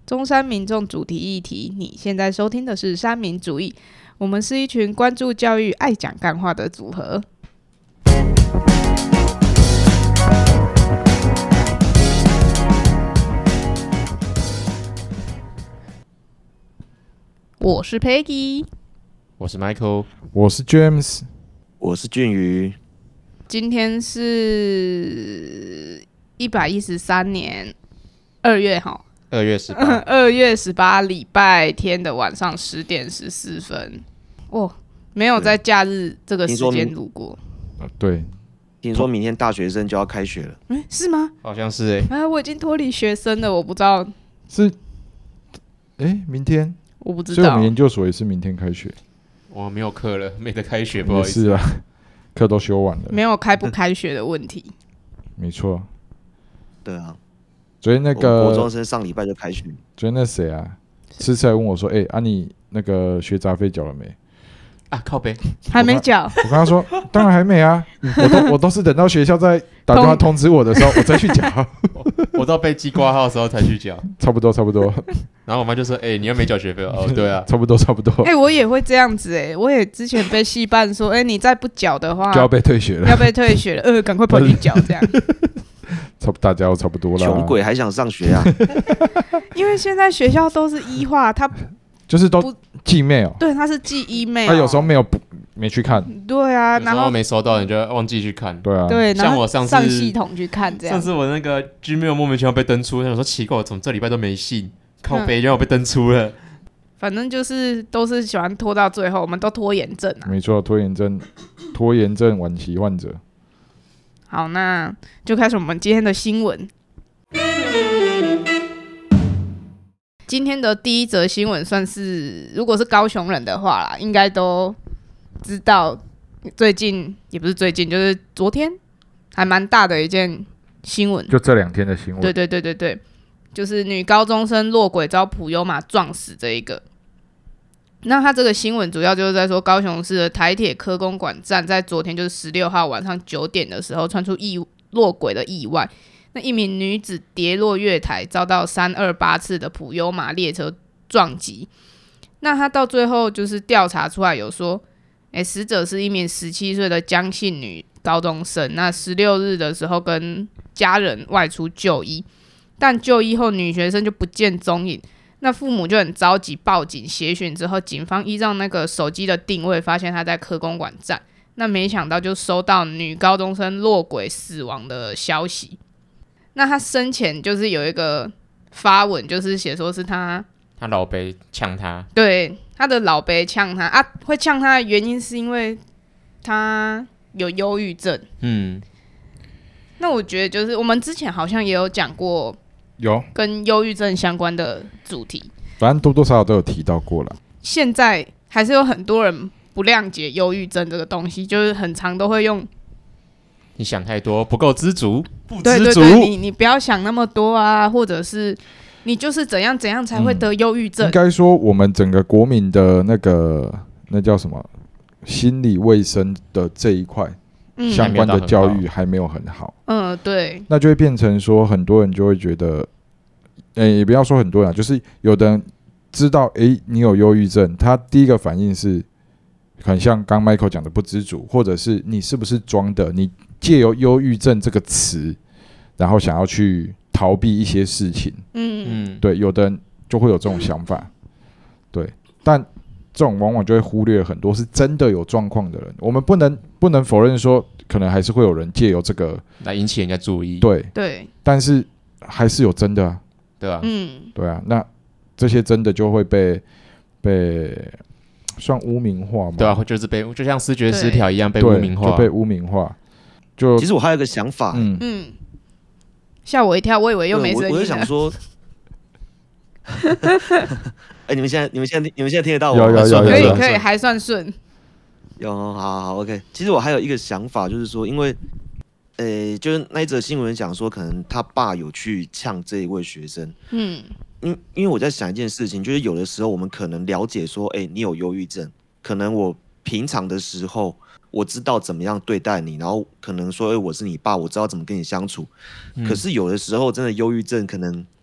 中山民众主题议题。你现在收听的是三民主义，我们是一群关注教育、爱讲干话的组合。我是 Peggy， 我是 Michael， 我是 James， 我是俊宇。 今天是113年2月哈 ，2月18， 2月18礼拜天的晚上10点14分。哦，没有在假日这个时间录过。 对， 听说明天大学生就要开学了。 是吗？ 好像是我已经脱离学生了，我不知道。 是，明天？ 我不知道。 所以我们研究所也是明天开学。 我没有课了，没得开学，不好意思。 是啊，课都修完了。 没有开不开学的问题。 没错。 对啊。 昨天那个国中生上礼拜就开学。 昨天那谁啊？吃菜问我说：“你那个学杂费缴了没？” 啊，靠北， 还没缴。 我跟他说：“当然还没啊，我都是等到学校在打电话通知我的时候，我再去缴。 我到被寄挂号的时候才去缴。 差不多。 然后我妈就说：“你又没缴学费哦。”对啊， 差不多。 我也会这样子我也之前被系办说，你再不缴的话就要被退学了， 赶快跑去缴这样。 大家都差不多啦。 穷鬼还想上学啊？ 因为现在学校都是化，他就是都寄 mail， 对，他是寄 email， 他有时候没去看， 对啊，然后没收到，你就忘记去看， 对啊， 对， 像我上次上系统去看这样。 上次我那个 Gmail 莫名其妙被登出，我想说奇怪，我怎么这礼拜都没信，靠北让我被登出了。 反正就是都是喜欢拖到最后，我们都拖延症啊。 没错，拖延症晚期患者。 好，那就开始我们今天的新闻。今天的第一则新闻算是，如果是高雄人的话啦，应该都知道，最近也不是最近，就是昨天还蛮大的一件新闻， 就这2天的新闻。 对，就是女高中生落轨遭普悠玛撞死这一个。那他这个新闻主要就是在说，高雄市的台铁科公馆站在昨天就是16号晚上9点的时候传出落轨的意外。那一名女子跌落月台，遭到328次的普悠玛列车撞击。那他到最后就是调查出来有说，死者是一名17岁的江姓女高中生。那16日的时候跟家人外出就医，但就医后女学生就不见踪影。那父母就很着急报警协寻之后，警方依照那个手机的定位，发现她在科公馆站。那没想到就收到女高中生落轨死亡的消息。那他生前就是有一个发文，就是写说是他老爸呛他， 对，他的老爸呛他啊，会呛他的原因是因为他有忧郁症。那我觉得就是我们之前好像也有讲过，有跟忧郁症相关的主题， 反正多多少少都有提到过了。现在还是有很多人不谅解忧郁症这个东西，就是很常都会用。 你想太多，不够知足，不知足。 对，你不要想那么多啊，或者是你就是怎样才会得忧郁症。 应该说，我们整个国民的那叫什么心理卫生的这一块，相关的教育还没有很好。 对。 那就会变成说，很多人就会觉得，也不要说很多人，就是有的人知道，你有忧郁症，他第一个反应是。很像刚 Michael 讲的不知足，或者是你是不是装的？你借由忧郁症这个词，然后想要去逃避一些事情。对，有的人就会有这种想法。对，但这种往往就会忽略很多是真的有状况的人。我们不能否认说，可能还是会有人借由这个来引起人家注意。 对， 但是还是有真的啊。 对啊， 对啊，那这些真的就会被算污名化吗？ 对啊，就像思觉失调一样被污名化， 就被污名化。 其实我还有一个想法， 吓我一跳，我以为又没声音了。 我就想说，你们现在听得到我？ 有， 可以，还算顺。 有，好 ，OK。其实我还有一个想法，就是说，因为，就是那一则新闻讲说，可能他爸有去呛这一位学生，因为我在想一件事情，就是有的时候我们可能了解说，你有忧郁症，可能我平常的时候我知道怎么样对待你，然后可能说，我是你爸，我知道怎么跟你相处。可是有的时候真的忧郁症，可能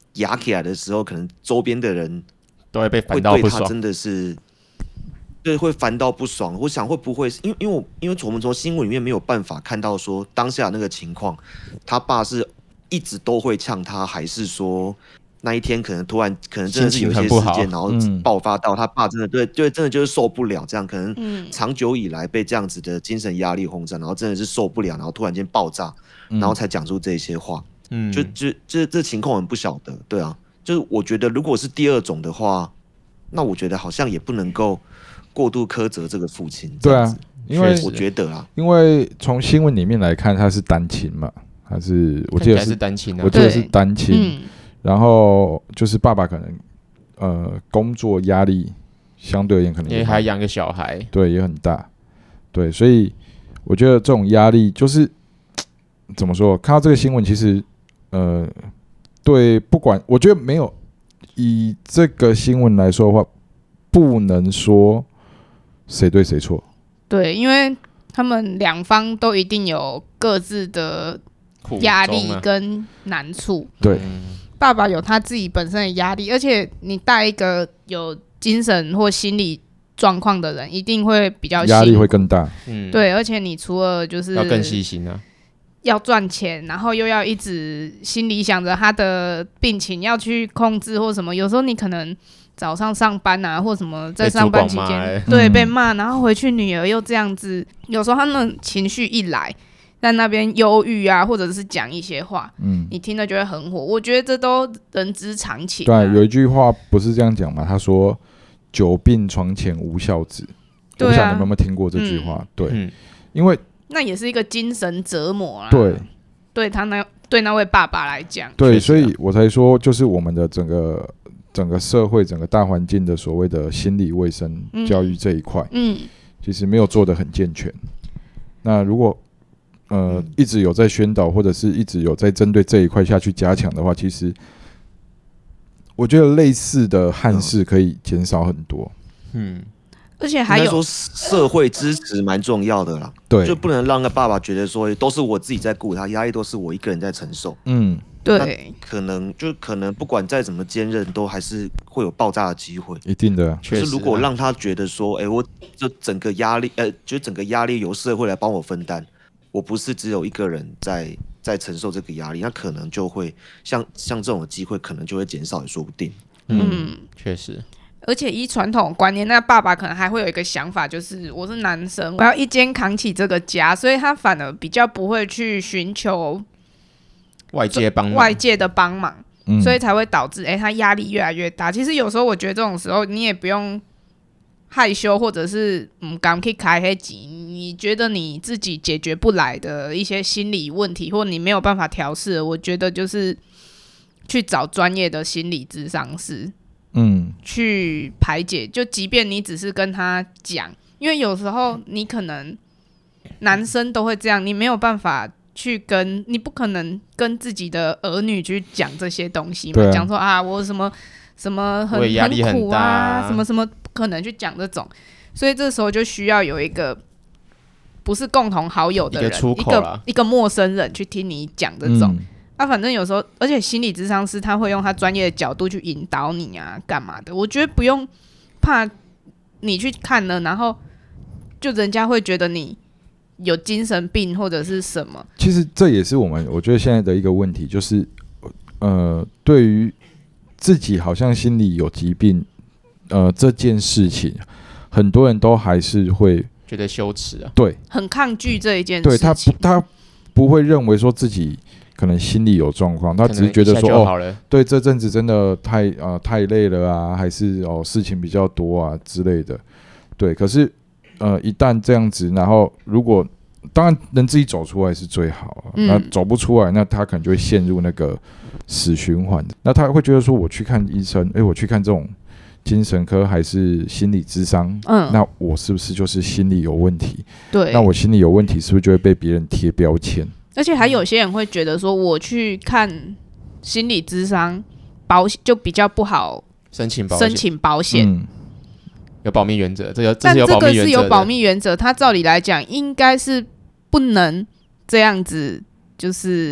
压起来的时候，可能周边的人都会被会烦到不爽。 对他真的是，对，会烦到不爽。我想会不会因为我们从新闻里面没有办法看到说当下那个情况，他爸是一直都会呛他，还是说那一天可能突然可能真的是有一些事件，然后爆发到他爸真的对真的就是受不了，这样可能长久以来被这样子的精神压力轰炸，然后真的是受不了，然后突然间爆炸，然后才讲出这些话。这情况我们不晓得，对啊，就是我觉得如果是第二种的话，那我觉得好像也不能够过度苛责这个父亲。 对啊，因为我觉得啊， 因为从新闻里面来看，他是单亲嘛，他是我记得是单亲啊， 我记得是单亲，然后就是爸爸可能工作压力相对而言可能也还养个小孩， 对，也很大，对，所以我觉得这种压力就是怎么说？看到这个新闻，其实对，不管我觉得没有以这个新闻来说的话，不能说谁对谁错。 对，因为他们两方都一定有各自的压力跟难处。 对， 爸爸有他自己本身的压力，而且你带一个有精神或心理状况的人，一定会比较压力会更大。 对，而且你除了就是要更细心啊。 要赚钱，然后又要一直心里想着他的病情要去控制或什么，有时候你可能早上上班啊或什么，在上班期间对被骂，然后回去女儿又这样子，有时候他们情绪一来，在那边忧郁啊，或者是讲一些话，你听了就会很火。我觉得这都人之常情。 对，有一句话不是这样讲吗？他说“久病床前无孝子”，我不晓得你们有没有听过这句话？对，因为那也是一个精神折磨啦。 对， 对那位爸爸来讲， 对，所以我才说，就是我们的整个社会、整个大环境的所谓的心理卫生教育这一块，其实没有做得很健全。那如果一直有在宣导，或者是一直有在针对这一块下去加强的话，其实我觉得类似的憾事可以减少很多。 而且还有说社会支持蛮重要的啦， 对， 就不能让个爸爸觉得说都是我自己在顾他，压力都是我一个人在承受。 对， 可能不管再怎么坚韧，都还是会有爆炸的机会。 一定的， 就是如果让他觉得说，我这整个压力，就整个压力由社会来帮我分担，我不是只有一个人在承受这个压力，那可能就会像这种的机会，可能就会减少，也说不定。 确实。 而且依传统观念，那爸爸可能还会有一个想法，就是我是男生，我要一肩扛起这个家，所以他反而比较不会去寻求外界的帮忙，所以才会导致他压力越来越大。其实有时候我觉得这种时候，你也不用害羞，或者是敢去开黑机，你觉得你自己解决不来的一些心理问题，或你没有办法调试，我觉得就是去找专业的心理咨商师。去排解，就即便你只是跟他讲，因为有时候你可能男生都会这样，你没有办法你不可能跟自己的儿女去讲这些东西嘛，讲说我什么什么很苦啊，什么什么，不可能去讲这种，所以这时候就需要有一个不是共同好友的人，一个陌生人去听你讲这种。反正有时候，而且心理咨商师他会用他专业的角度去引导你啊，干嘛的？我觉得不用怕你去看了，然后就人家会觉得你有精神病或者是什么。 其实这也是我觉得现在的一个问题，就是对于自己好像心里有疾病这件事情，很多人都还是会觉得羞耻啊， 对， 很抗拒这一件事情。 对他不会认为说自己可能心里有状况，他只是觉得说对，这阵子真的太累了啊，还是事情比较多啊之类的。对，可是一旦这样子，然后如果当然能自己走出来是最好那走不出来，那他可能就会陷入那个死循环。那他会觉得说，我去看医生，我去看这种精神科还是心理咨商，那我是不是就是心理有问题？ 对， 那我心理有问题，是不是就会被别人贴标签？ 而且还有些人会觉得说，我去看心理咨商就比较不好申请保险， 有保密原则， 但这个是有保密原则，它照理来讲应该是不能这样子，就是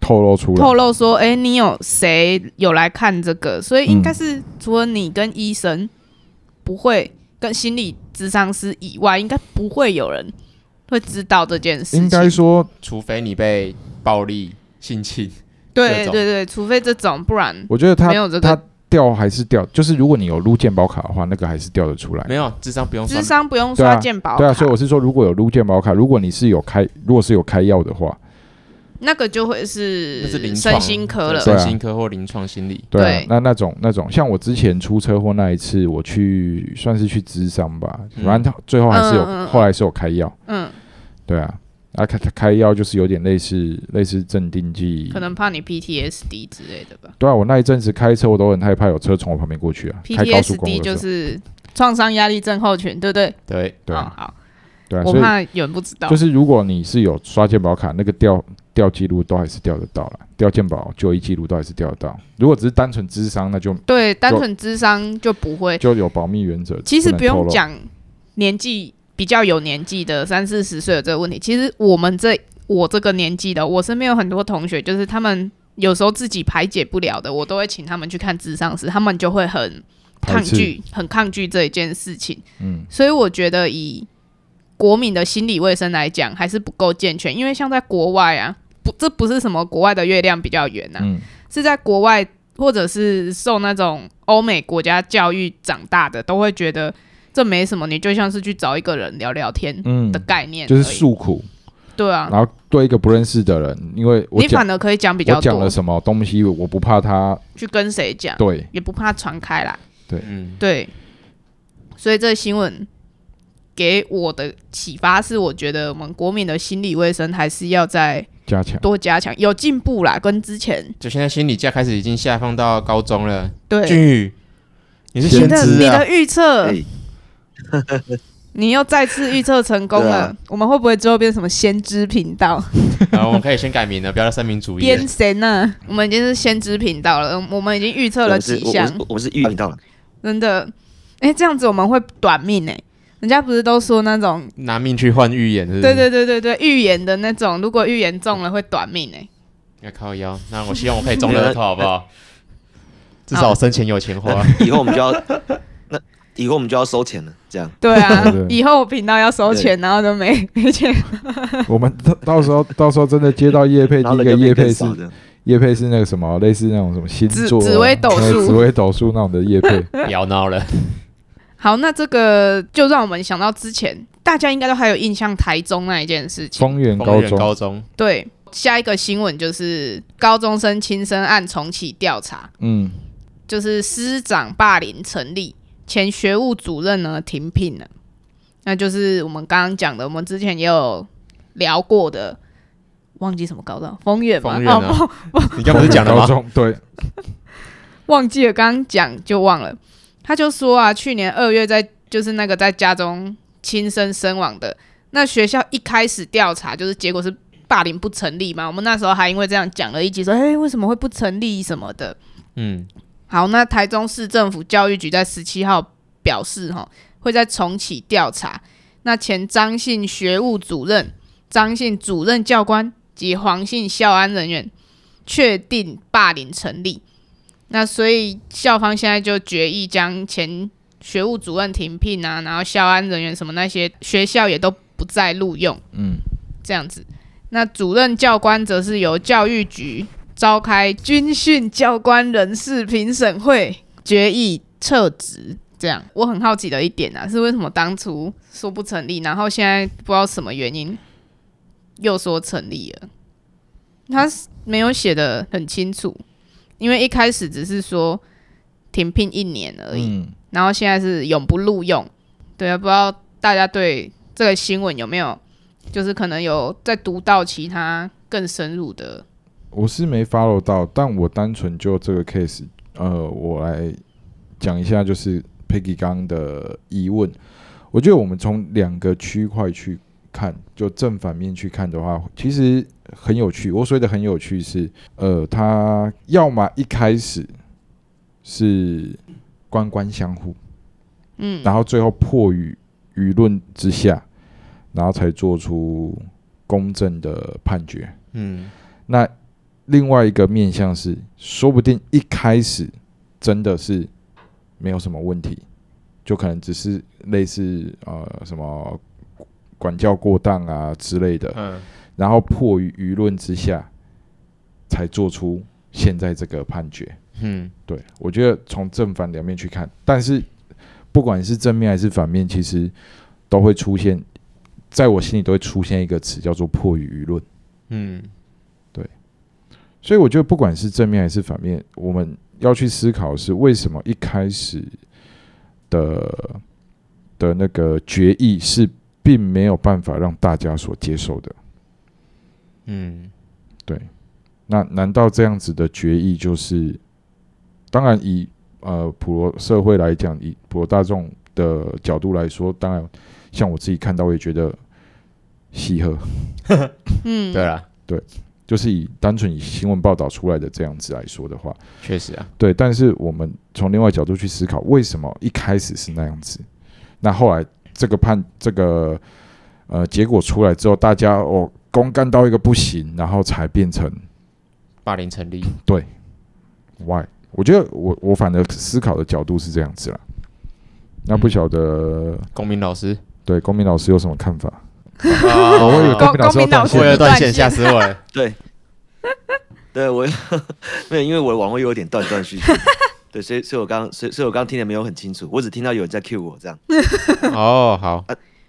透露出来， 透露说，你有谁有来看这个？所以应该是除了你跟医生，不会跟心理咨商师以外，应该不会有人会知道这件事情。 应该说， 除非你被暴力性侵， 对对对，除非这种，不然我觉得没有这个。 他调还是调，就是如果你有撸健保卡的话，那个还是调得出来。 没有智商不用刷， 智商不用刷健保卡。 对啊，所以我是说，如果有撸健保卡，如果你是有开，如果是有开药的话， 那个就会是身心科了， 身心科或临床心理。 对啊，那种像我之前出车祸那一次，我去算是去咨商吧，反正最后还是有，后来是有开药。对啊。开药就是有点类似镇定剂， 可能怕你 PTSD 之类的吧。 对啊，我那一阵子开车我都很害怕有车从我旁边过去啊。 PTSD 就是创伤压力症候群，对不对？ 对， 好。 对啊， 我怕有人不知道。 就是如果你是有刷健保卡，那个调记录都还是调得到啦，调健保就医记录都还是调得到。如果只是单纯諮商，那就对，单纯諮商就不会， 就有保密原则。 其实不用讲年纪。比较有年纪的30-40岁有这个问题，其实我这个年纪的，我身边有很多同学，就是他们有时候自己排解不了的，我都会请他们去看諮商师，他们就会很抗拒这一件事情。所以我觉得以国民的心理卫生来讲，还是不够健全，因为像在国外啊，这不是什么国外的月亮比较圆啊，是在国外或者是受那种欧美国家教育长大的，都会觉得。这没什么，你就像是去找一个人聊聊天的概念， 就是诉苦。 对啊， 然后对一个不认识的人，因为你反而可以讲比较多。 我讲了什么东西，我不怕他去跟谁讲， 对， 也不怕传开来。 对， 对。所以这个新闻给我的启发是，我觉得我们国民的心理卫生还是要再多加强，有进步啦，跟之前。 就现在心理假开始已经下放到高中了。 对， 俊宇，你是先知啊？ 你的预测。你又再次预测成功了，我们会不会之后变成什么先知频道？ 我们可以先改名了，不要再三民主义。 变神啊！我们已经是先知频道了，我们已经预测了几项。 我们是预频道了， 真的。这样子我们会短命人家不是都说那种拿命去换预言是不是？ 对，预言的那种，如果预言中了会短命要靠腰，那我希望我可以中乐透好不好？至少我生前有钱花。 以后我们就要收钱了，这样。 对啊，以后频道要收钱，然后就没钱。 我们到时候真的接到业配，第一个业配是那个什么，类似那种什么星座、 紫微斗数那种的业配。 不要闹了。 好，那这个就让我们想到之前大家应该都还有印象台中那一件事情， 丰原高中。 对，下一个新闻就是高中生轻生案重启调查。就是师长霸凌成立。前学务主任呢停聘了，那就是我们刚刚讲的，我们之前也有聊过的，忘记什么高中，丰原嘛？ 你刚不是讲了吗？ 对， 忘记了，刚刚讲就忘了。他就说啊，去年2月就是那个在家中轻生身亡的，那学校一开始调查，就是结果是霸凌不成立嘛。我们那时候还因为这样讲了一集，说为什么会不成立什么的。好，那台中市政府教育局在17号表示，会再重启调查。那前张姓学务主任、张姓主任教官及黄姓校安人员确定霸凌成立。那所以校方现在就决议将前学务主任停聘啊，然后校安人员什么那些学校也都不再录用。这样子。那主任教官则是由教育局召开军训教官人事评审会，决议撤职。这样，我很好奇的一点啊，是为什么当初说不成立，然后现在不知道什么原因又说成立了？他没有写得很清楚，因为一开始只是说停聘1年而已，然后现在是永不录用。对啊，不知道大家对这个新闻有没有，就是可能有在读到其他更深入的。 我是没 follow 到，但我单纯就这个 case，我来讲一下，就是 Peggy 刚的疑问。我觉得我们从2个区块去看，就正反面去看的话，其实很有趣。我所谓的很有趣是，他要么一开始是官官相护，然后最后迫于舆论之下，然后才做出公正的判决，那另外一个面向是，说不定一开始真的是没有什么问题，就可能只是类似什么管教过当啊之类的，然后迫于舆论之下才做出现在这个判决。对，我觉得从正反两面去看，但是不管是正面还是反面，其实都会出现，在我心里都会出现一个词叫做迫于舆论。对，所以我觉得不管是正面还是反面，我们要去思考的是为什么一开始的那个决议是并没有办法让大家所接受的。对，那难道这样子的决议就是，当然以普罗社会来讲，以普罗大众的角度来说，当然像我自己看到，我也觉得喜贺。 对啦， 对，就是单纯以新闻报道出来的这样子来说的话， 确实啊， 对。但是我们从另外角度去思考，为什么一开始是那样子？那后来这个结果出来之后，大家公干到一个不行，然后才变成霸凌成立。 对 ，why？ 我觉得我反而思考的角度是这样子啦。那不晓得公民老师， 对公民老师有什么看法？ 我以为公民老师要断线，吓死我了。 对，我没有，因为我的网络有点断断续续。对，所以我刚听的没有很清楚，我只听到有人在 cue 我这样。 好。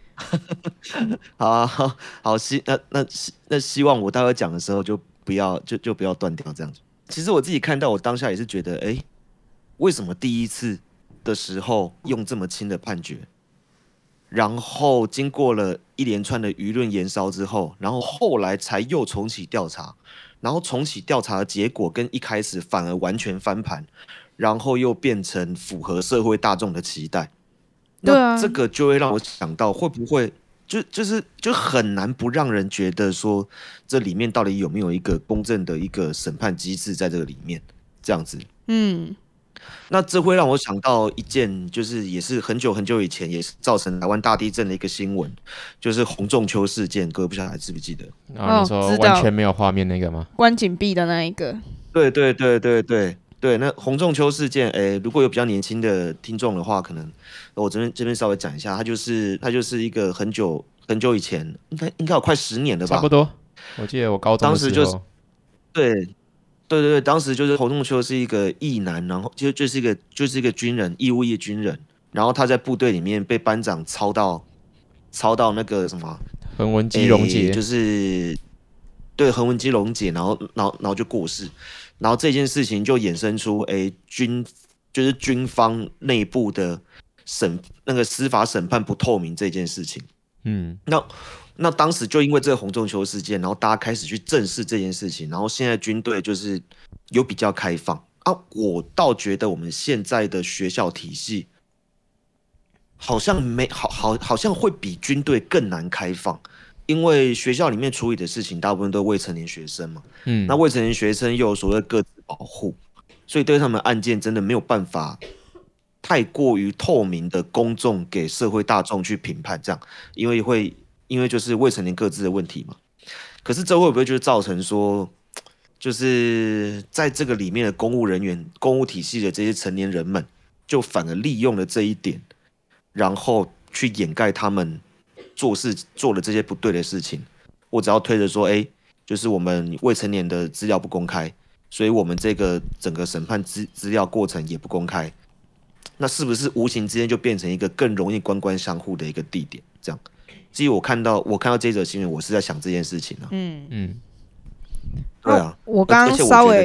好，那希望我待会讲的时候就不要断掉这样子。其实我自己看到，我当下也是觉得，为什么第一次的时候用这么轻的判决，然后经过了一连串的舆论延烧之后，然后后来才又重启调查，然后重启调查的结果跟一开始反而完全翻盘，然后又变成符合社会大众的期待。那这个就会让我想到，会不会就很难不让人觉得说，这里面到底有没有一个公正的一个审判机制在这个里面，这样子。那这会让我想到一件，就是也是很久很久以前，也是造成台湾大地震的一个新闻，就是洪仲丘事件。各位不晓得还记不记得？ 你说完全没有画面那个吗？ 关禁闭的那一个。 对，那洪仲丘事件，如果有比较年轻的听众的话，可能我这边稍微讲一下，它就是一个很久很久以前，应该有快10年了吧？ 差不多。我记得我高中的时候， 当时就是对，当时就是洪仲丘是一个役男，然后就是一个军人，义务役军人，然后他在部队里面被班长操到那个什么横纹肌溶解， 就是对横纹肌溶解，然后就过世。然后这件事情就衍生出，就是军方内部的那个司法审判不透明这件事情。那当时就因为这个洪仲丘事件，然后大家开始去正视这件事情，然后现在军队就是有比较开放啊。我倒觉得我们现在的学校体系好像好像会比军队更难开放。因为学校里面处理的事情大部分都是未成年学生嘛，那未成年学生又有所谓个资保护，所以对他们案件真的没有办法太过于透明的公众给社会大众去评判，这样，因为就是未成年个资的问题嘛。可是这会不会就是造成说，就是在这个里面的公务人员、公务体系的这些成年人们，就反而利用了这一点，然后去掩盖他们做了这些不对的事情。我只要推着说，就是我们未成年的资料不公开，所以我们这个整个审判资料过程也不公开，那是不是无形之间就变成一个更容易官官相护的一个地点？这样，其实我看到这则新闻，我是在想这件事情啊。对啊， 我刚刚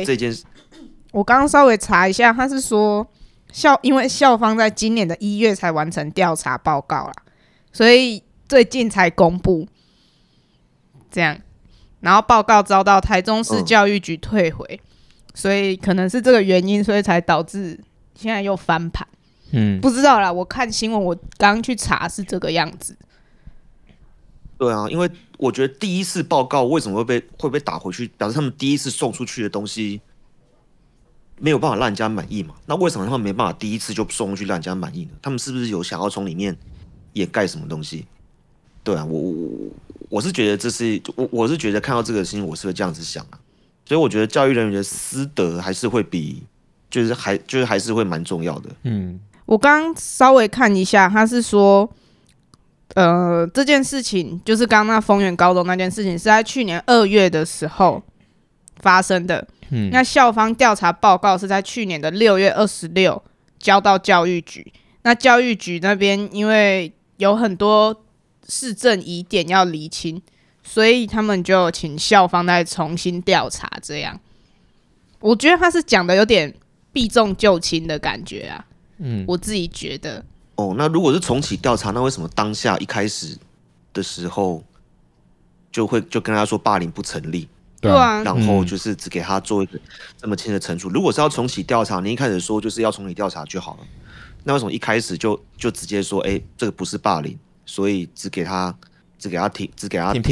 稍微查一下，他是说因为校方在今年的1月才完成调查报告啦，所以最近才公布，这样，然后报告遭到台中市教育局退回，所以可能是这个原因，所以才导致现在又翻盘。不知道啦，我看新闻，我刚去查是这个样子。 对啊，因为我觉得第一次报告为什么会被打回去，表示他们第一次送出去的东西没有办法让人家满意嘛？那为什么他们没办法第一次就送出去让人家满意呢？他们是不是有想要从里面掩盖什么东西？对啊，我是觉得我是觉得看到这个新闻，我是会这样子想啊。 所以我觉得教育人员的师德还是会比，就是还是会蛮重要的。 我刚刚稍微看一下，他是说，这件事情就是刚刚那丰原高中那件事情是在去年2月的时候发生的。那校方调查报告是在去年的6月26交到教育局。那教育局那边因为有很多市政疑点要厘清，所以他们就请校方再重新调查。这样，我觉得他是讲的有点避重就轻的感觉啊。我自己觉得。 那如果是重启调查，那为什么当下一开始的时候就跟他说霸凌不成立？ 对啊， 然后就是只给他做一个这么轻的惩处。如果是要重启调查，你一开始说就是要重启调查就好了。那为什么一开始就直接说，这个不是霸凌，所以只给他停止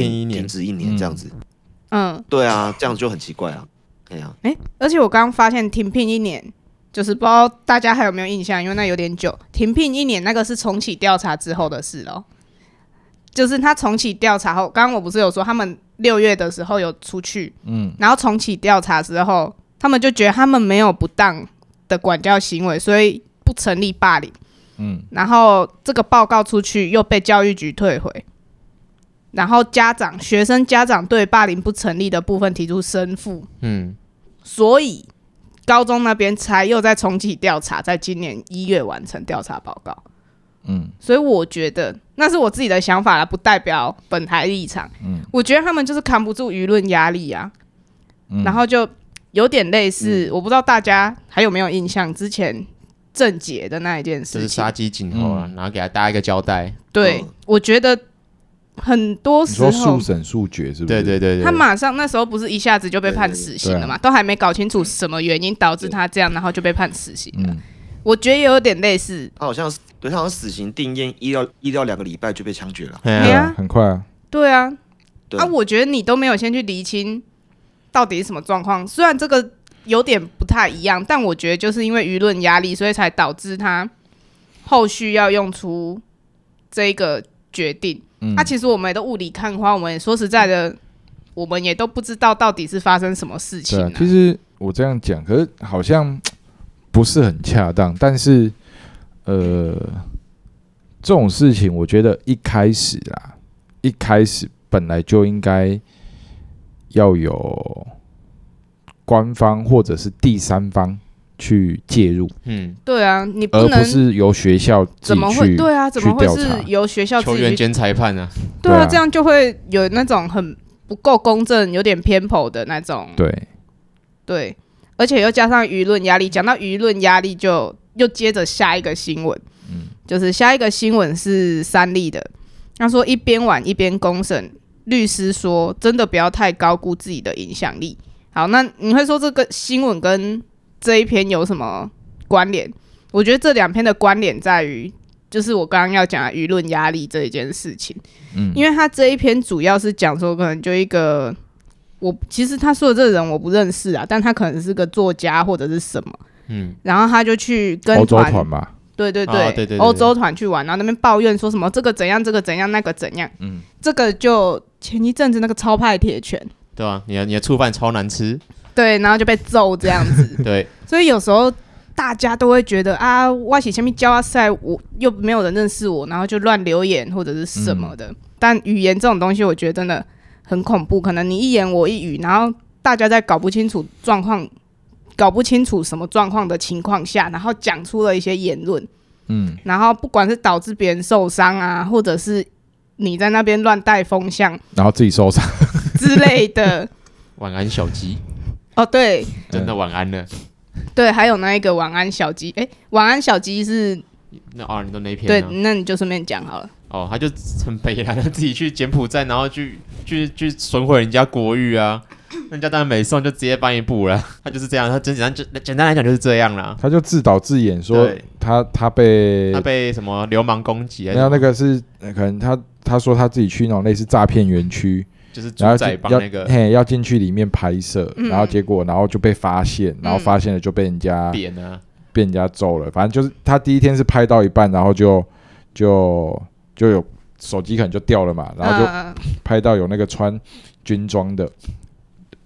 1年这样子？对啊，这样就很奇怪啊。 而且我刚刚发现停聘1年，就是不知道大家还有没有印象，因为那有点久。停聘1年那个是重启调查之后的事咯，就是他重启调查后，刚刚我不是有说他们6月的时候有出去，然后重启调查之后，他们就觉得他们没有不当的管教行为，所以不成立霸凌。然后这个报告出去又被教育局退回，然后学生家长对霸凌不成立的部分提出申复，所以高中那边才又在重启调查，在今年1月完成调查报告。所以我觉得那是我自己的想法啦，不代表本台立场。我觉得他们就是扛不住舆论压力啊，然后就有点类似，我不知道大家还有没有印象之前郑捷的那一件事情， 就是杀鸡儆猴啊，然后给大家一个交代。 对，我觉得很多时候你说速审速决是不是？ 对， 他马上那时候不是一下子就被判死刑了嘛，都还没搞清楚什么原因导致他这样，然后就被判死刑了。我觉得有点类似， 他好像死刑定谳1到2个礼拜就被枪决了。 对啊， 很快啊。 对啊，我觉得你都没有先去厘清到底是什么状况，虽然这个有点不太一样，但我觉得就是因为舆论压力，所以才导致他后续要用出这个决定。其实我们也都雾里看花，我们也说实在的，我们也都不知道到底是发生什么事情。 其实我这样讲，可是好像不是很恰当。但是这种事情，我觉得一开始本来就应该要有官方或者是第三方去介入。 对啊，你不能， 而不是由学校自己去， 怎么会？对啊，怎么会是由学校自己球员兼裁判啊？ 对啊，这样就会有那种很不够公正、有点偏颇的那种。对，而且又加上舆论压力。讲到舆论压力，就又接着下一个新闻，就是下一个新闻是三立的，他说一边玩一边公审，律师说真的不要太高估自己的影响力。好，那你会说这个新闻跟这一篇有什么关联？我觉得这2篇的关联在于，就是我刚刚要讲的舆论压力这一件事情。因为他这一篇主要是讲说，可能就一个其实他说的这个人我不认识啊，但他可能是个作家或者是什么。然后他就去跟欧洲团吧。 对，欧洲团去玩，然后那边抱怨说什么这个怎样，这个怎样，那个怎样。这个就前一阵子那个超派铁拳。 对啊，你的醋饭超难吃。 对，然后就被揍这样子。 对， 所以有时候大家都会觉得啊，我是什么教赛，我又没有人认识我，然后就乱留言或者是什么的。但语言这种东西，我觉得真的很恐怖。可能你一言我一语，然后大家在搞不清楚什么状况的情况下，然后讲出了一些言论。然后不管是导致别人受伤啊，或者是你在那边乱带风向， 然后自己受伤之类的。 晚安小鸡。 哦，对， 真的晚安了。 对，还有那一个晚安小鸡，晚安小鸡是你都那一篇、 对，那你就顺便讲好了。 他就很北蓝，他自己去柬埔寨，然后去损毁人家国誉啊，人家当然没送，就直接帮你补了。他就是这样，他简单来讲就是这样啦。 他就自导自演说他被什么流氓攻击， 没有那个是可能他说他自己去那种类似诈骗园区。 就是主宰帮那个要进去里面拍摄，然后结果就被发现，然后发现了就被人家扁了，被人家揍了。反正就是他第一天是拍到一半，然后就有手机可能就掉了嘛，然后就拍到有那个穿军装的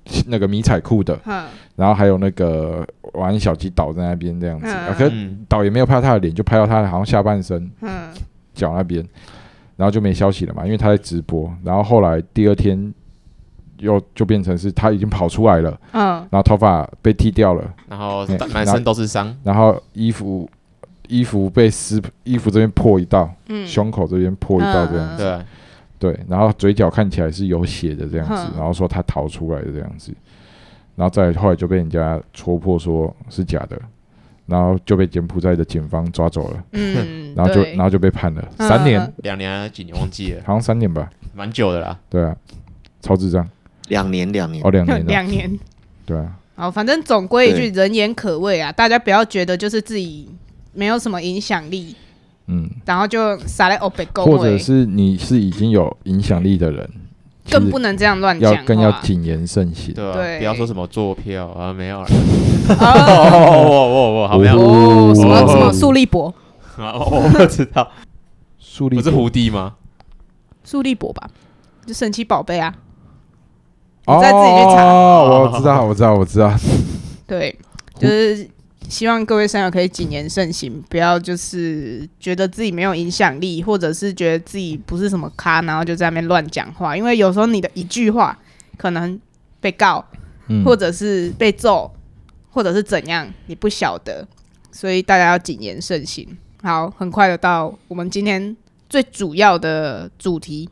那个迷彩裤的，然后还有那个玩小鸡倒在那边这样子，可是倒也没有拍到他的脸，就拍到他好像下半身，脚那边，然后就没消息了嘛，因为他在直播，然后后来第二天就变成是他已经跑出来了，然后头发被剃掉了， 然后满身都是伤， 然后衣服被衣服这边破一道，胸口这边破一道这样子，对，然后嘴角看起来是有血的这样子，然后说他逃出来的这样子，然后再后来就被人家戳破说是假的，然后就被柬埔寨的警方抓走了，然后就被判了3年 2年还是几年忘记了， 好像3年吧， 蛮久的啦。 对啊，超智障 ，2年哦，2年 2年， 对啊， 好，反正总归一句，人言可畏啊，大家不要觉得就是自己没有什么影响力，然后就撒在欧北沟， 或者是你是已经有影响力的人， 更不能这样乱讲话， 更要谨言慎行， 对啊，不要说什么坐票啊，没有了， 好没有，什么苏立博， 我不知道，不是胡迪吗？ 苏立博吧，就神奇宝贝啊，你再自己去查， 我知道， 对，就是希望各位山友可以谨言慎行，不要就是觉得自己没有影响力，或者是觉得自己不是什么咖，然后就在那边乱讲话。因为有时候你的一句话可能被告，或者是被揍，或者是怎样，你不晓得，所以大家要谨言慎行。好，很快的到我们今天最主要的主题。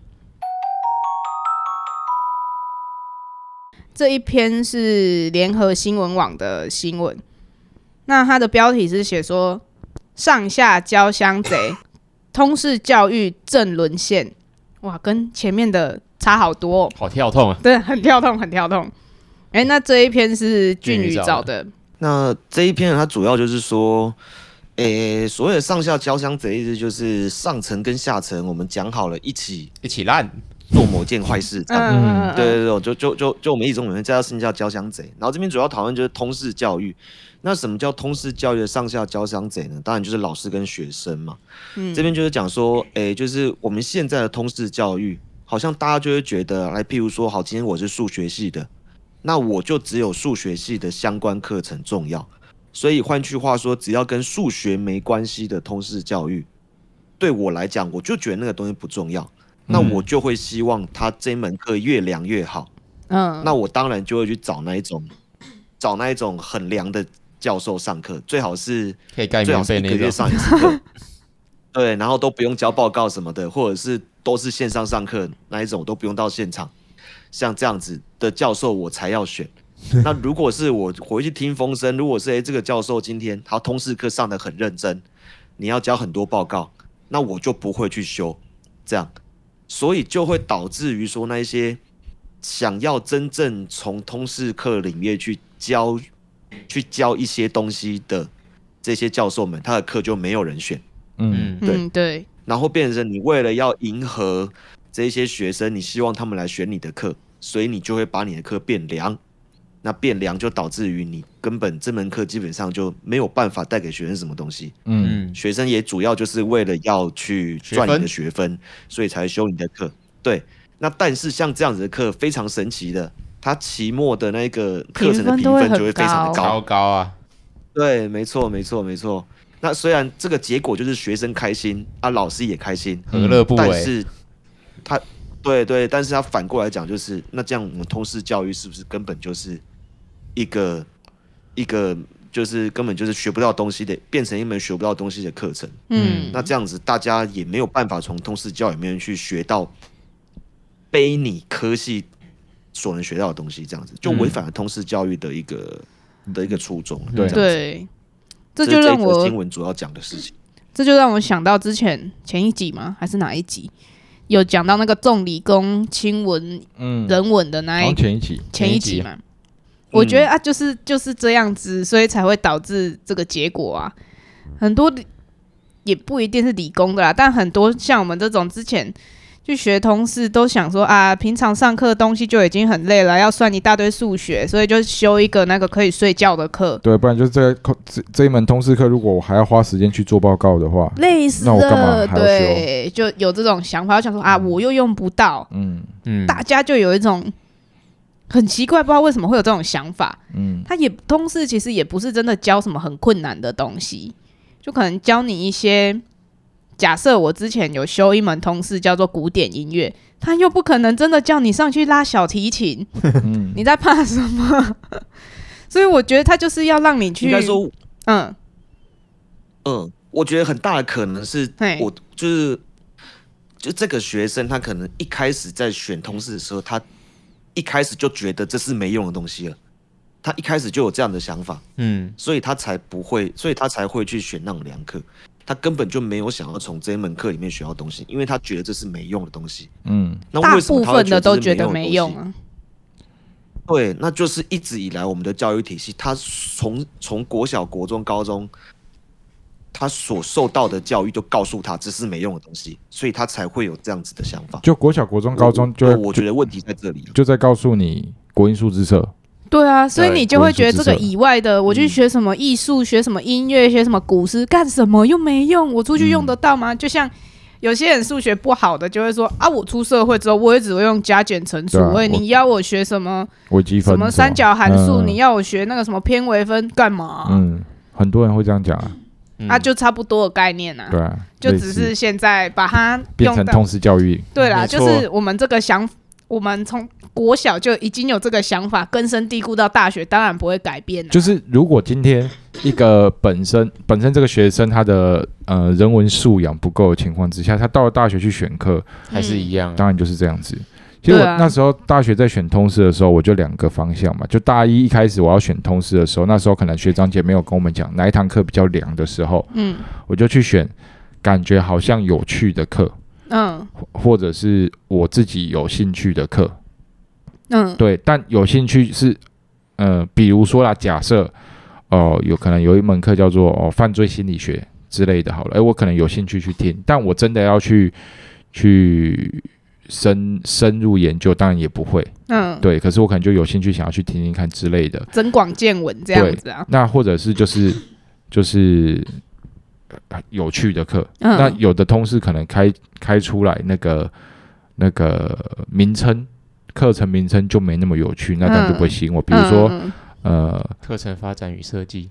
这一篇是联合新闻网的新闻。那它的标题是写说上下交相贼，通识教育正沦陷。哇，跟前面的差好多， 好跳痛啊！ 对，很跳痛，很跳痛。那这一篇是俊宇找的。 那这一篇它主要就是说，所谓的上下交相贼，意思就是上层跟下层我们讲好了一起烂。 做某件坏事，对，就我们一种人叫上下交相贼。然后这边主要讨论就是通识教育。那什么叫通识教育的上下交相贼呢？当然就是老师跟学生嘛。这边就是讲说，就是我们现在的通识教育，好像大家就会觉得，譬如说，好，今天我是数学系的，那我就只有数学系的相关课程重要。所以换句话说，只要跟数学没关系的通识教育，对我来讲，我就觉得那个东西不重要。那我就会希望他这门课越凉越好。那我当然就会去找那一种很凉的教授上课，最好是可以盖免费那种， 最好是1个月上一次课，对，然后都不用交报告什么的，或者是都是线上上课那一种，都不用到现场，像这样子的教授我才要选。那如果是我回去听风声，如果是这个教授今天他通识课上得很认真，你要交很多报告，那我就不会去修，这样。所以就会导致于说，那一些想要真正从通识课里面去教一些东西的这些教授们，他的课就没有人选。 对。 然后变成你为了要迎合这些学生，你希望他们来选你的课，所以你就会把你的课变凉。那变凉就导致于你根本这门课基本上就没有办法带给学生什么东西。学生也主要就是为了要去赚你的学分，所以才修你的课。对，那但是像这样子的课非常神奇的，它期末的那个课程的评分就会非常的高啊。 对，没错。那虽然这个结果就是学生开心啊，老师也开心， 何乐不为？ 但是他对，但是他反过来讲，就是那这样我们通识教育是不是根本就是一个就是根本就是学不到东西的，变成一门学不到东西的课程。那这样子大家也没有办法从通识教育里面去学到非你科系所能学到的东西，这样子就违反了通识教育的一个初衷。 对，这就让我新闻主要讲的事情。 这就让我想到之前一集吗？还是哪一集？有讲到那个重理工轻文人文的那一前一集嘛？我觉得啊，就是这样子，所以才会导致这个结果啊。很多也不一定是理工的啦，但很多像我们这种之前去学通识都想说啊，平常上课的东西就已经很累了，要算一大堆数学，所以就修一个那个可以睡觉的课。 对，不然就这一门通识课，如果我还要花时间去做报告的话， 累死了。 那我干嘛还要修？ 对，就有这种想法，我想说啊，我又用不到。大家就有一种很奇怪，不知道为什么会有这种想法。他也通识其实也不是真的教什么很困难的东西，就可能教你一些。假设我之前有修一门通识叫做古典音乐，他又不可能真的叫你上去拉小提琴，你在怕什么？所以我觉得他就是要让你去， 应该说，我觉得很大的可能是我就这个学生他可能一开始在选通识的时候，他一开始就觉得这是没用的东西了，他一开始就有这样的想法，所以他才会去选那种良课。他根本就没有想要从这一门课里面学到东西，因为他觉得这是没用的东西。那为什么他会觉得这是没用的东西？大部分的都觉得没用啊。对，那就是一直以来我们的教育体系，他从国小、国中、高中，他所受到的教育就告诉他这是没用的东西，所以他才会有这样子的想法。 就国小、国中、高中我觉得问题在这里， 就在告诉你国英数自社。 对啊，所以你就会觉得这个以外的，我去学什么艺术，学什么音乐，学什么古诗，干什么又没用？我出去用得到吗？就像有些人数学不好的，就会说啊，我出社会之后，我也只会用加减乘除。你要我学什么微积分、 什么三角函数，你要我学那个什么偏微分干嘛？ 很多人会这样讲啊。 就差不多的概念啊。 对啊， 就只是现在把它变成通识教育。 对啦，就是我们这个我们从国小就已经有这个想法，根深蒂固到大学，当然不会改变。 就是如果今天一个本身这个学生他的人文素养不够的情况之下，他到了大学去选课， 还是一样， 当然就是这样子。其实我那时候大学在选通识的时候，我就2个方向嘛。就大一开始我要选通识的时候，那时候可能学长姐没有跟我们讲哪一堂课比较凉的时候，我就去选感觉好像有趣的课。或者是我自己有兴趣的课，对，但有兴趣是，比如说啦，假设，有可能有一门课叫做犯罪心理学之类的，好了，我可能有兴趣去听，但我真的要去深入研究，当然也不会，对，可是我可能就有兴趣想要去听听看之类的， 增广见闻这样子啊。 那或者是就是有趣的课，那有的通识可能开出来那个名称，课程名称就没那么有趣，那当然就不会吸引我。比如说， 课程发展与设计，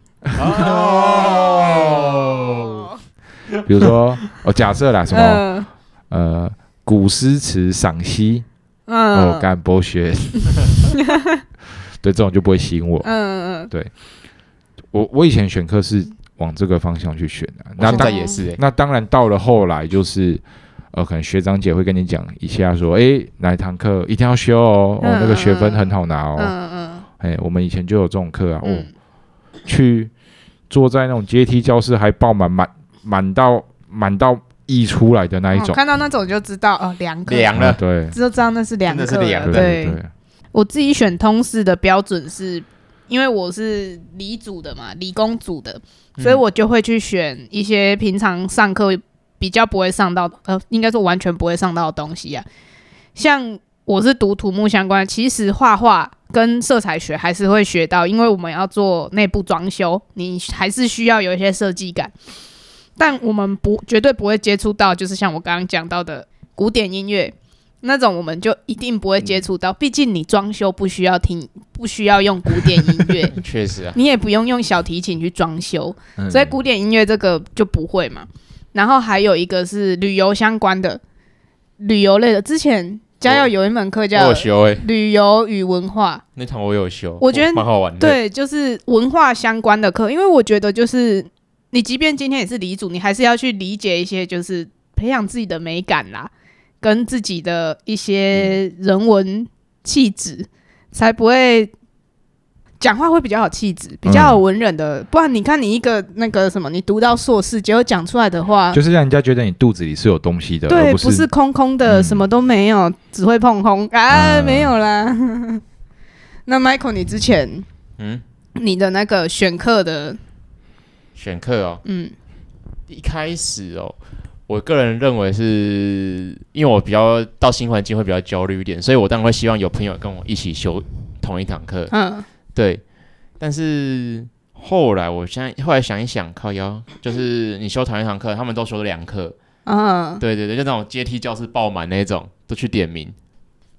比如说，假设啦，什么古诗词赏析，干博学，对，这种就不会吸引我。对，我以前选课是往这个方向去选的，那现在也是那当然到了后来就是可能学长姐会跟你讲一下说，哪一堂课一定要修哦，那个学分很好拿哦。我们以前就有这种课啊，去坐在那种阶梯教室还爆满到溢出来的那一种， 看到那种就知道凉课凉了， 对， 就知道那是凉课， 真的是凉的。 对，我自己选通识的标准是，因为我是理组的嘛，理工组的，所以我就会去选一些平常上课比较不会上到，应该说完全不会上到的东西啊。像我是读土木相关，其实画画跟色彩学还是会学到，因为我们要做内部装修，你还是需要有一些设计感。但我们绝对不会接触到，就是像我刚刚讲到的古典音乐那种，我们就一定不会接触到。毕竟你装修不需要用古典音乐， 确实啊， 你也不用小提琴去装修，所以古典音乐这个就不会嘛。然后还有一个是旅游相关的，旅游类的，之前嘉耀有一门课叫旅游与文化， 那堂我有修， 我觉得蛮好玩的。 对，就是文化相关的课，因为我觉得就是你即便今天也是理组，你还是要去理解一些，就是培养自己的美感啦，跟自己的一些人文气质，才不会讲话会比较有气质，比较有文人的。不然你看你一个那个什么，你读到硕士，结果讲出来的话， 就是让人家觉得你肚子里是有东西的， 对， 而不是空空的，什么都没有，只会碰轰啊，没有啦。那 Michael， 你之前你的那个选课哦，一开始哦，我个人认为是因为我比较到新环境会比较焦虑一点，所以我当然会希望有朋友跟我一起修同一堂课。对。但是后来想一想，靠腰，就是你修同一堂课，他们都修了2课。对，就那种阶梯教室爆满那种，都去点名。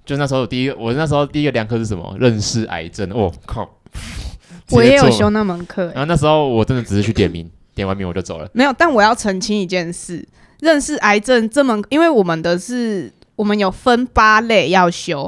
就那时候我那时候第一个良课是什么？认识癌症。我靠！ 我也有修那门课、 然后那时候我真的只是去点名，点完名我就走了。 没有，但我要澄清一件事：认识癌症这门，因为我们有分8类要修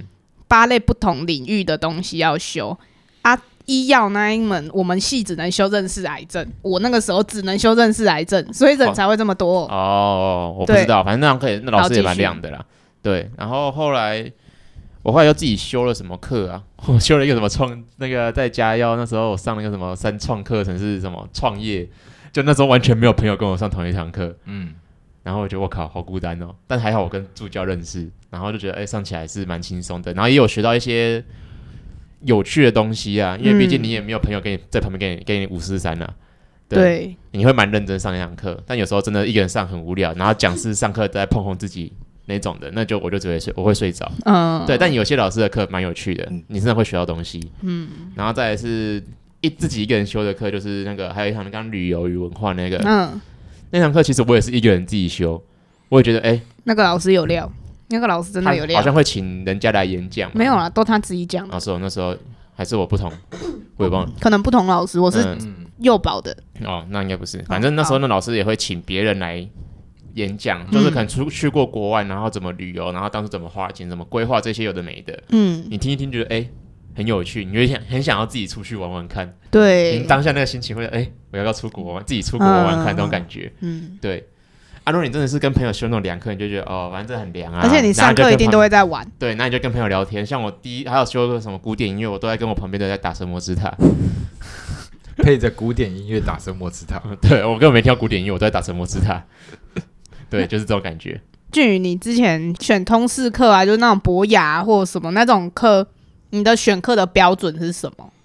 ，8类不同领域的东西要修啊。医药那一门，我们系只能修认识癌症，我那个时候只能修认识癌症，所以人才会这么多。 我不知道，反正那堂课那老师也蛮亮的啦。对，然后后来我后来又自己修了什么课啊？我修了一个什么那个在家要那时候我上那个什么3创课程是什么创业，就那时候完全没有朋友跟我上同一堂课，然后我觉得我靠好孤单哦，但还好我跟助教认识，然后就觉得上起来是蛮轻松的，然后也有学到一些有趣的东西啊，因为毕竟你也没有朋友给你在旁边给你543啊，对，你会蛮认真上那堂课，但有时候真的一个人上很无聊，然后讲师上课在碰碰自己那种的，我就只会我会睡着，对，但有些老师的课蛮有趣的，你真的会学到东西，然后再来是自己一个人修的课，就是那个还有一堂刚刚旅游与文化那个，那堂课其实我也是一个人自己修，我也觉得那个老师有料。那个老师真的有料， 好像会请人家来演讲。 没有啦，都他自己讲的。 那时候还是我不同，我也忘了。 可能不同老师，我是幼保的。 那应该不是。反正那时候那老师也会请别人来演讲，就是可能去过国外，然后怎么旅游，然后当时怎么花钱，怎么规划这些有的没的。你听一听，觉得很有趣，你会很想要自己出去玩玩看。 对， 你当下那个心情会我要出国玩，自己出国玩玩看那种感觉。对。如果你真的是跟朋友修那种凉课，你就觉得反正这很凉啊。 而且你上课一定都会在玩。 对，那你就跟朋友聊天。像我还有修个什么古典音乐，我都在跟我旁边的在打神魔之塔， 配着古典音乐打神魔之塔。 对，我根本没听到古典音乐，我都在打神魔之塔。对，就是这种感觉。 俊宇，你之前选通识课啊，就是那种博雅或什么那种课，你的选课的标准是什么？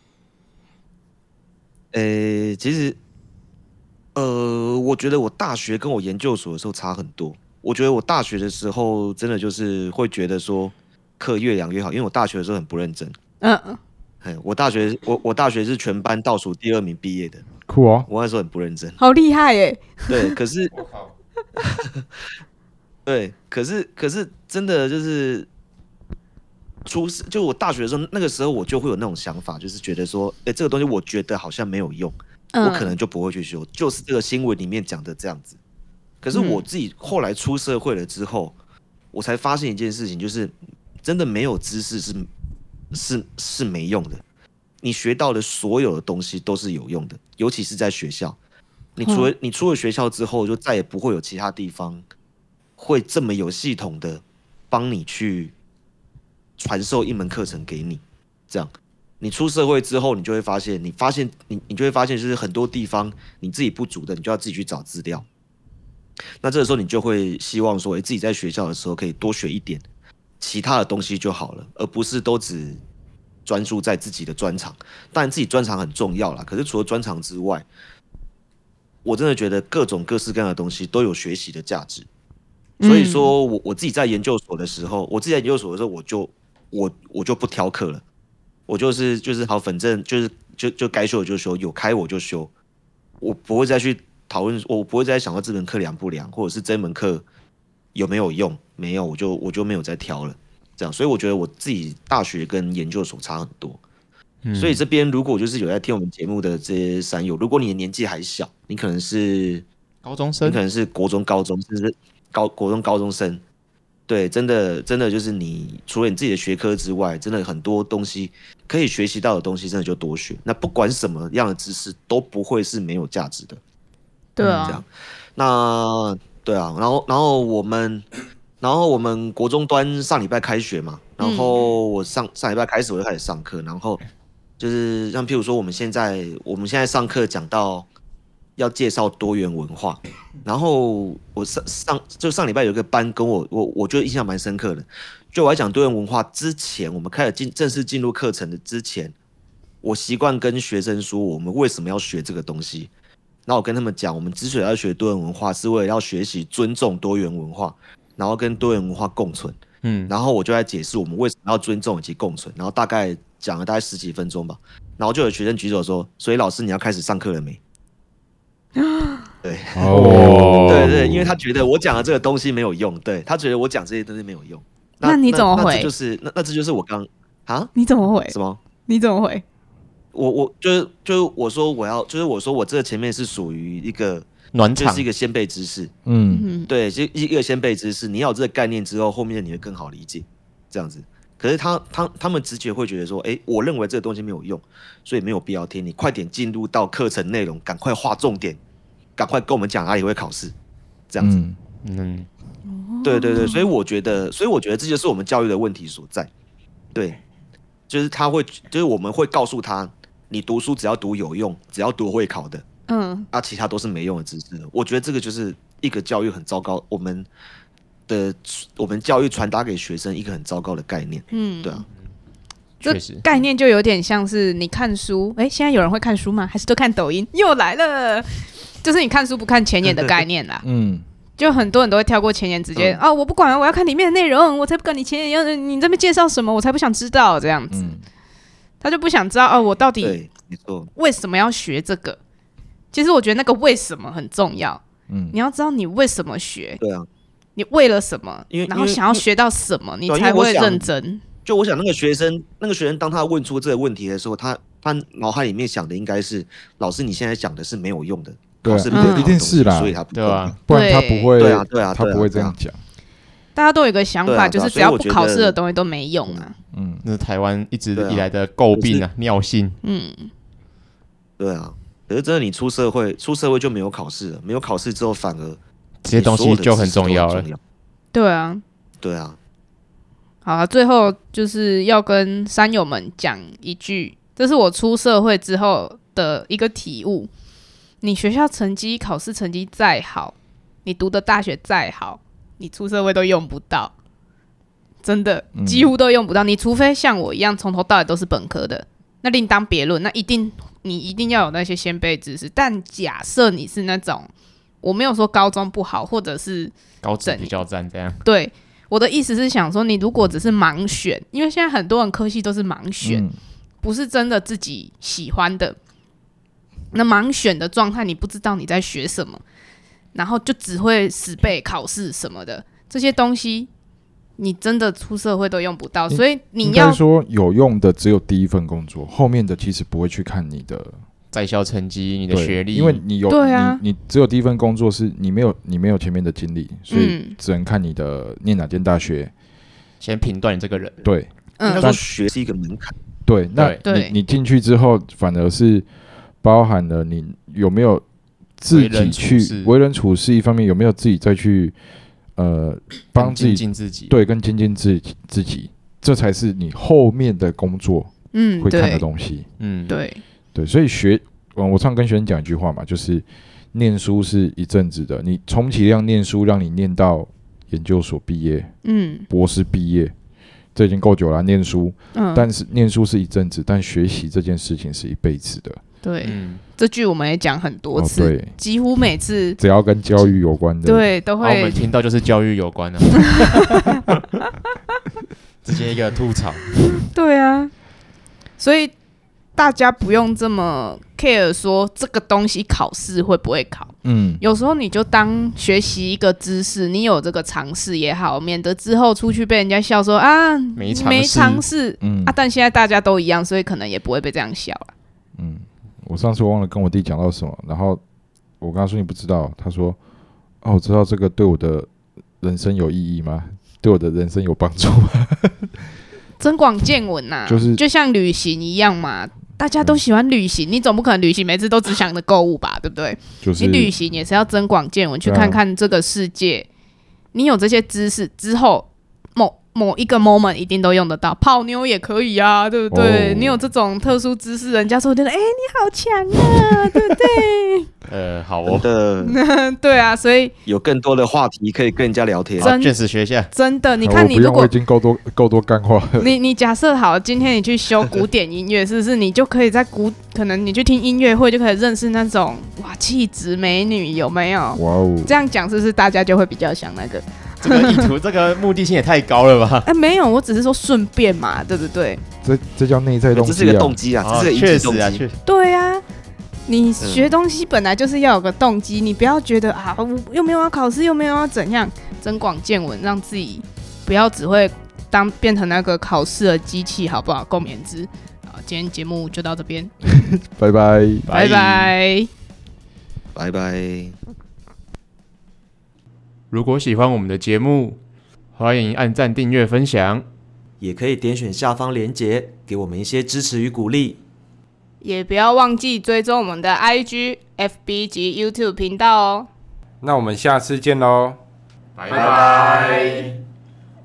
其实。我觉得我大学跟我研究所的时候差很多。我觉得我大学的时候真的就是会觉得说课越凉越好，因为我大学的时候很不认真。我大学是全班倒数第2名毕业的， 酷哦！ 我那时候很不认真， 好厉害耶！ 对，可是我靠，对，可是真的就是就我大学的时候，那个时候我就会有那种想法，就是觉得说，这个东西我觉得好像没有用。我可能就不会去修，就是这个新闻里面讲的这样子。可是我自己后来出社会了之后，我才发现一件事情，就是真的没有知识是没用的。你学到的所有的东西都是有用的，尤其是在学校。你出了学校之后，就再也不会有其他地方会这么有系统的帮你去传授一门课程给你，这样。你出社会之后，你就会发现，你就会发现，就是很多地方你自己不足的，你就要自己去找资料。那这个时候，你就会希望说，自己在学校的时候可以多学一点其他的东西就好了，而不是都只专注在自己的专长。当然，自己专长很重要啦，可是除了专长之外，我真的觉得各种各式各样的东西都有学习的价值。所以说我自己在研究所的时候，我就不挑课了。我就是好，反正就该修我就修，有开我就修，我不会再去讨论，我不会再想到这门课凉不凉，或者是这门课有没有用，没有我就没有再挑了，这样，所以我觉得我自己大学跟研究所差很多，所以这边如果就是有在听我们节目的这些山友，如果你的年纪还小，你可能是高中生， 你可能是国中、高中，甚至国中高中生。对，真的就是你除了你自己的学科之外，真的很多东西可以学习到的东西，真的就多学。那不管什么样的知识，都不会是没有价值的。 对啊， 这样。那对啊，然后我们国中端上礼拜开学嘛，然后我上礼拜开始我就开始上课，然后就是像譬如说我们现在上课讲到要介绍多元文化，然后我上礼拜有一个班跟我觉得印象蛮深刻的，就我在讲多元文化之前，我们开始正式进入课程的之前，我习惯跟学生说我们为什么要学这个东西，然后我跟他们讲，我们之所以要学多元文化，是为了要学习尊重多元文化，然后跟多元文化共存。然后我就在解释我们为什么要尊重以及共存，然后大概讲了大概10几分钟吧，然后就有学生举手说，所以老师你要开始上课了没？对，对，因为他觉得我讲的这个东西没有用，对，他觉得我讲这些东西没有用， 那你怎么回？ 这就是我刚啊？ 你怎么回？ 什么？ 你怎么回？ 我就是我说我这前面是属于一个暖场， 就是一个先辈知识。对，就一个先辈知识，你要有这个概念之后，后面的你会更好理解，这样子。可是他们直觉会觉得说，我认为这个东西没有用，所以没有必要听。你快点进入到课程内容，赶快划重点，赶快跟我们讲哪里会考试，这样子。对对对，所以我觉得这就是我们教育的问题所在。对，就是就是我们会告诉他，你读书只要读有用，只要读会考的，其他都是没用的知识。我觉得这个就是一个教育很糟糕，我们教育传达给学生一个很糟糕的概念。对啊， 这概念就有点像是你看书，现在有人会看书吗？还是都看抖音？又来了，就是你看书不看前言的概念啦。就很多人都会跳过前言，直接我不管，我要看里面的内容，我才不管你前言，你这边介绍什么，我才不想知道这样子。他就不想知道我到底为什么要学这个。其实我觉得那个为什么很重要。你要知道你为什么学。 对啊。 你为了什么，然后想要学到什么，你才会认真。 就我想那个学生当他问出这个问题的时候，他脑海里面想的应该是，老师你现在讲的是没有用的。 对，一定是啦， 所以他不对啊， 不然他不会， 对啊， 他不会这样讲。 大家都有一个想法，就是只要不考试的东西都没用啊。 那是台湾一直以来的诟病啊，尿性。 对啊，可是真的你出社会就没有考试了，没有考试之后反而这些东西就很重要了。 对啊， 对啊。 好啊，最后就是要跟山友们讲一句，这是我出社会之后的一个体悟。你学校成绩、考试成绩再好，你读的大学再好，你出社会都用不到，真的几乎都用不到。你除非像我一样从头到尾都是本科的，那另当别论。那你一定要有那些先辈知识。但假设你是那种，我没有说高中不好，或者是高职比较赞这样。 对，我的意思是想说，你如果只是盲选，因为现在很多人科系都是盲选，不是真的自己喜欢的。那盲选的状态，你不知道你在学什么，然后就只会死背考试什么的，这些东西你真的出社会都用不到。所以你要应该说有用的只有第一份工作，后面的其实不会去看你的在校成绩、你的学历， 因为你有你只有第一份工作是你没有前面的经历，所以只能看你的念哪间大学， 先评断你这个人。 对， 应该说学是一个门槛。 对，那你进去之后，反而是包含了你有没有自己去为人处事，一方面有没有自己再去帮自己对，跟精进自己，这才是你后面的工作会看的东西。对，所以我常跟学生讲一句话嘛，就是念书是一阵子的，你充其量念书让你念到研究所毕业，博士毕业，这已经够久了念书。但是念书是一阵子，但学习这件事情是一辈子的。 对，这句我们也讲很多次， 对， 几乎每次只要跟教育有关的， 对，都会。 我们听到就是教育有关的，直接一个吐槽。 对啊，所以大家不用这么 care 说这个东西考试会不会考。有时候你就当学习一个知识，你有这个尝试也好，免得之后出去被人家笑说啊没尝试但现在大家都一样，所以可能也不会被这样笑了。 我上次忘了跟我弟讲到什么，然后我跟他说你不知道，他说我知道这个对我的人生有意义吗？对我的人生有帮助吗？ 增广见闻呐，就像旅行一样嘛，大家都喜欢旅行，你总不可能旅行每次都只想着购物吧，对不对？你旅行也是要增广见闻，去看看这个世界。你有这些知识之后，某一个 moment 一定都用得到，泡妞也可以啊，对不对？你有这种特殊知识，人家说觉得你好强啊，对不对？ 好哦的， 对啊，所以有更多的话题可以跟人家聊天， 确实学一下。 真的，你看你如果我已经够多干话了。 你假设好，今天你去修古典音乐，是不是你就可以在可能你去听音乐会就可以认识那种气质美女，有没有？ 哇哦， 这样讲是不是大家就会比较想那个？ 这个意图，这个目的性也太高了吧？ 没有，我只是说顺便嘛，对不对？ 这叫内在动机， 这是个动机啊，这是个确实啊， 对啊，你学东西本来就是要有个动机，你不要觉得我又没有要考试，又没有要怎样，增广见闻，让自己不要只会变成那个考试的机器，好不好？共勉之。好，今天节目就到这边， 拜拜， 拜拜， 拜拜。 如果喜欢我们的节目，欢迎按赞、订阅、分享， 也可以点选下方连结，给我们一些支持与鼓励。 也不要忘记追踪我们的 IG、FB 及 YouTube 频道哦。 那我们下次见喽， 拜拜。